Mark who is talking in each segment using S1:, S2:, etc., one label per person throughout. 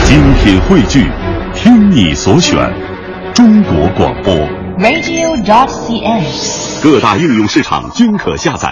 S1: 精品汇聚，听你所选，中国广播
S2: radio.cn，
S1: 各大应用市场均可下载。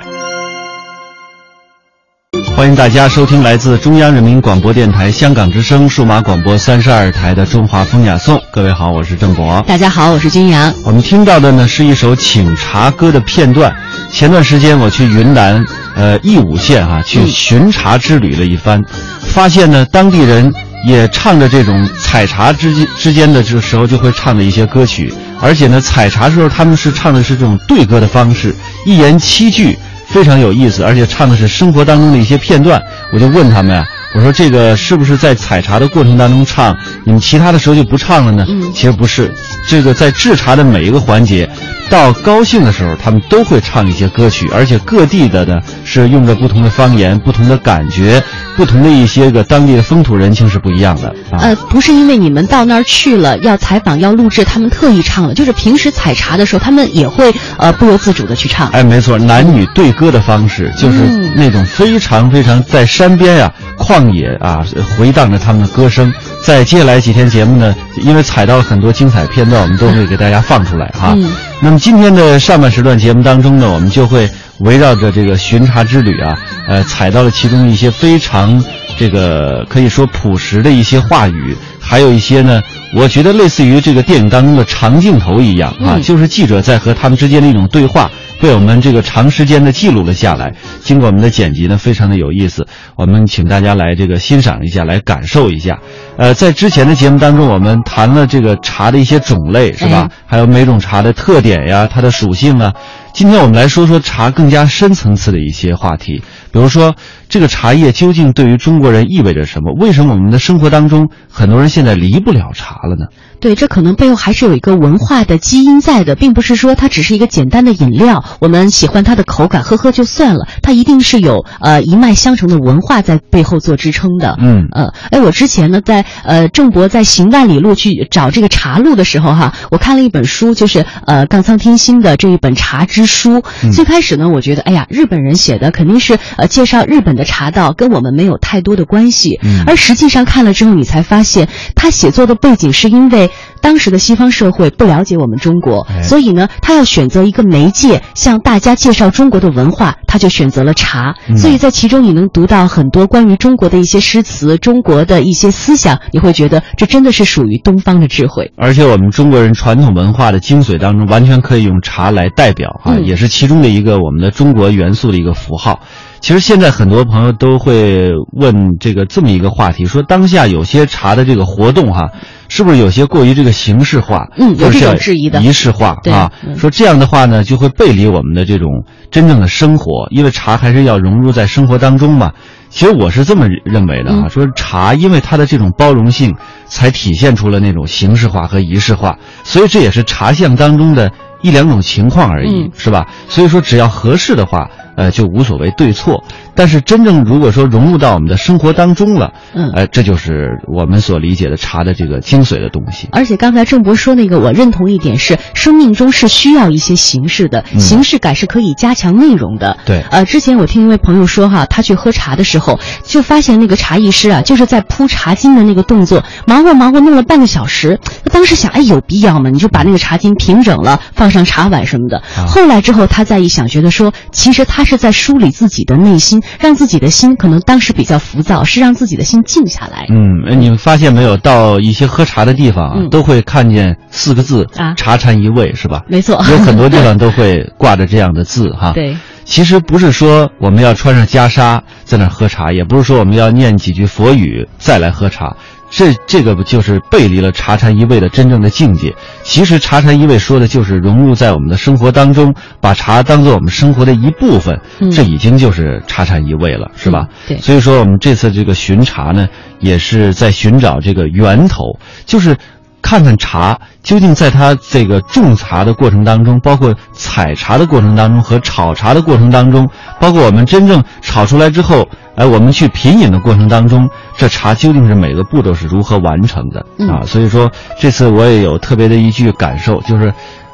S3: 欢迎大家收听来自中央人民广播电台香港之声数码广播32台的中华风雅颂。各位好，我是郑博。
S2: 大家好，我是金阳。
S3: 我们听到的呢是一首请茶歌的片段。前段时间我去云南义乌县去巡茶之旅了一番，发现呢当地人也唱着这种采茶之间的这个时候就会唱的一些歌曲，而且呢采茶时候他们是唱的是这种对歌的方式，一言七句，非常有意思，而且唱的是生活当中的一些片段。我就问他们我说这个是不是在采茶的过程当中唱，你们其他的时候就不唱了呢？其实不是，这个在制茶的每一个环节，到高兴的时候他们都会唱一些歌曲，而且各地的呢是用着不同的方言，不同的感觉，不同的一些个当地的风土人情是不一样的。
S2: 不是因为你们到那儿去了要采访要录制他们特意唱了，就是平时采茶的时候他们也会不由自主的去唱。
S3: 没错，男女对歌的方式就是那种非常非常在山边旷野回荡着他们的歌声。在接下来几天节目呢，因为采到了很多精彩片段，我们都会给大家放出来那么今天的上半时段节目当中呢，我们就会围绕着这个巡茶之旅采到了其中一些非常这个可以说朴实的一些话语，还有一些呢我觉得类似于这个电影当中的长镜头一样就是记者在和他们之间的一种对话，被我们这个长时间的记录了下来，经过我们的剪辑呢非常的有意思，我们请大家来这个欣赏一下，来感受一下。在之前的节目当中我们谈了这个茶的一些种类是吧，还有每种茶的特点它的属性今天我们来说说茶更加深层次的一些话题，比如说这个茶叶究竟对于中国人意味着什么？为什么我们的生活当中很多人现在离不了茶了呢？
S2: 对，这可能背后还是有一个文化的基因在的，并不是说它只是一个简单的饮料，我们喜欢它的口感，喝就算了，它一定是有一脉相承的文化在背后做支撑的。我之前呢在郑博在行万里路去找这个茶路的时候我看了一本书，就是冈仓天心的这一本茶之书。最开始呢我觉得日本人写的肯定是介绍日本的茶道，跟我们没有太多的关系。而实际上看了之后你才发现他写作的背景是因为当时的西方社会不了解我们中国，所以呢他要选择一个媒介向大家介绍中国的文化，他就选择了茶。所以在其中你能读到很多关于中国的一些诗词，中国的一些思想，你会觉得这真的是属于东方的智慧。
S3: 而且我们中国人传统文化的精髓当中完全可以用茶来代表也是其中的一个我们的中国元素的一个符号。其实现在很多朋友都会问这么一个话题，说当下有些茶的这个活动是不是有些过于这个形式化，
S2: 有这种质疑的
S3: 仪式化说这样的话呢就会背离我们的这种真正的生活，因为茶还是要融入在生活当中嘛。其实我是这么认为的说茶因为它的这种包容性才体现出了那种形式化和仪式化，所以这也是茶相当中的一两种情况而已是吧？所以说只要合适的话就无所谓对错，但是真正如果说融入到我们的生活当中了这就是我们所理解的茶的这个精髓的东西。
S2: 而且刚才郑博说那个我认同一点是，生命中是需要一些形式的，形式感是可以加强内容的。
S3: 对，
S2: 之前我听一位朋友说他去喝茶的时候就发现那个茶艺师就是在铺茶巾的那个动作忙活弄了半个小时，当时想有必要吗？你就把那个茶巾平整了，放上茶碗什么的。后来之后他再一想，觉得说其实他是在梳理自己的内心，让自己的心可能当时比较浮躁，是让自己的心静下来。
S3: 你们发现没有，到一些喝茶的地方都会看见4个字茶禅一味是吧？
S2: 没错，
S3: 有很多地方都会挂着这样的字
S2: 对，
S3: 其实不是说我们要穿上袈裟在那喝茶，也不是说我们要念几句佛语再来喝茶，这个就是背离了茶禅一味的真正的境界。其实茶禅一味说的就是融入在我们的生活当中，把茶当做我们生活的一部分，这已经就是茶禅一味了是吧？
S2: 对，
S3: 所以说我们这次这个巡茶呢也是在寻找这个源头，就是看看茶究竟在它这个种茶的过程当中，包括采茶的过程当中和炒茶的过程当中，包括我们真正炒出来之后我们去品饮的过程当中，这茶究竟是每个步骤是如何完成的所以说这次我也有特别的一句感受，就是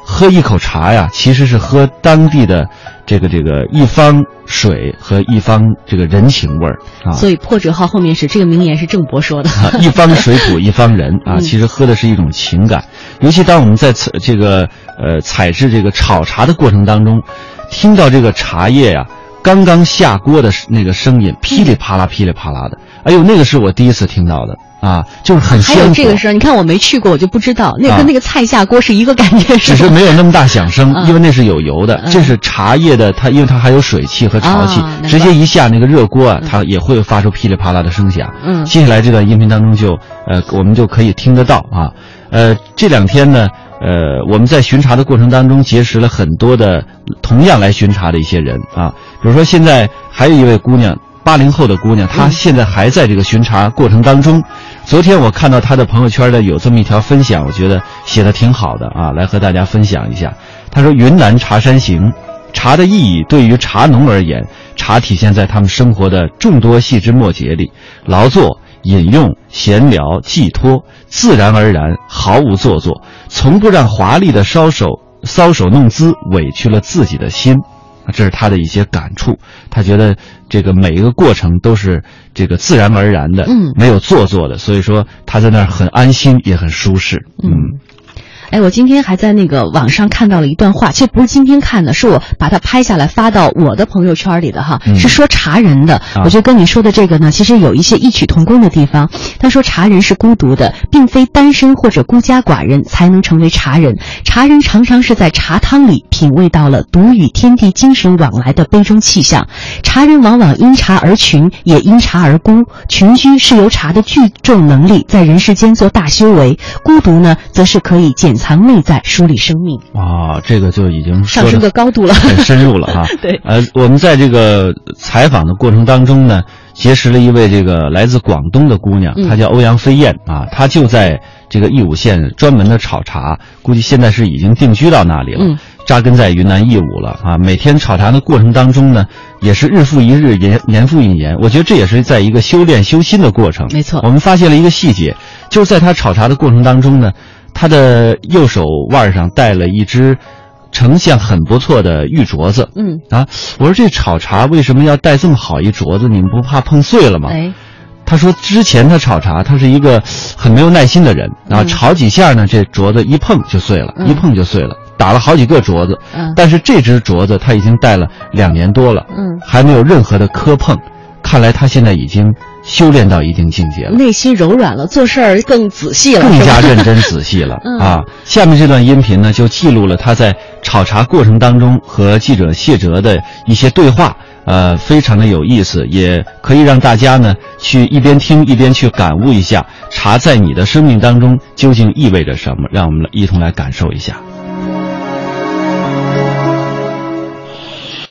S3: 喝一口茶呀，其实是喝当地的这个一方水和一方这个人情味儿啊。
S2: 所以破折号后面是这个名言是郑伯说的，
S3: 一方水土一方人啊，其实喝的是一种情感。尤其当我们在采制这个炒茶的过程当中，听到这个茶叶呀刚刚下锅的那个声音，噼里啪啦噼里啪啦的，哎呦，那个是我第一次听到的啊，就是很鲜活。
S2: 还有这个事儿，你看我没去过，我就不知道，那跟那个菜下锅是一个感觉，
S3: 只是没有那么大响声，因为那是有油的。这是茶叶的，因为它还有水汽和潮气，直接一下那个热锅啊，它也会发出噼里啪啦的声响。接下来这段音频当中我们就可以听得到啊。这2天呢，我们在巡查的过程当中结识了很多的同样来巡查的一些人啊，比如说现在还有一位姑娘，80后的姑娘，她现在还在这个巡查过程当中。昨天我看到她的朋友圈呢有这么一条分享，我觉得写的挺好的啊，来和大家分享一下。她说云南茶山行，茶的意义对于茶农而言，茶体现在他们生活的众多细枝末节里，劳作、饮用、闲聊、寄托，自然而然，毫无做作，从不让华丽的搔首弄姿委屈了自己的心。这是他的一些感触，他觉得这个每一个过程都是这个自然而然的，没有做作的，所以说他在那儿很安心，也很舒适。
S2: 哎，我今天还在那个网上看到了一段话，其实不是今天看的，是我把它拍下来发到我的朋友圈里的哈，是说茶人的。我觉得跟你说的这个呢，其实有一些异曲同工的地方。他说茶人是孤独的，并非单身或者孤家寡人才能成为茶人。茶人常常是在茶汤里品味到了独与天地精神往来的杯中气象。茶人往往因茶而群，也因茶而孤。群居是由茶的聚众能力在人世间做大修为，孤独呢，则是可以检藏内在，梳理生命。
S3: 这个就已经
S2: 上升个高度了，
S3: 很深入了哈。
S2: 对，
S3: 我们在这个采访的过程当中呢，结识了一位这个来自广东的姑娘，她叫欧阳飞燕啊，她就在这个义乌县专门的炒茶，估计现在是已经定居到那里了，扎根在云南义乌了啊。每天炒茶的过程当中呢，也是日复一日，年复一年。我觉得这也是在一个修炼修心的过程。没错，我们发现了一个细节，就是在她炒茶的过程当中呢，她的右手腕上戴了一只成像很不错的玉镯子。我说这炒茶为什么要戴这么好一镯子？你们不怕碰碎了吗？他说之前他炒茶，他是一个很没有耐心的人啊，炒几下呢，这镯子一碰就碎了，一碰就碎了，打了好几个镯子。但是这只镯子他已经戴了2年多了，还没有任何的磕碰，看来他现在已经修炼到一定境界了，
S2: 内心柔软了，做事儿更仔细了，
S3: 更加认真仔细了啊！下面这段音频呢，就记录了他在炒茶过程当中和记者谢哲的一些对话，非常的有意思，也可以让大家呢去一边听一边去感悟一下茶在你的生命当中究竟意味着什么，让我们一同来感受一下。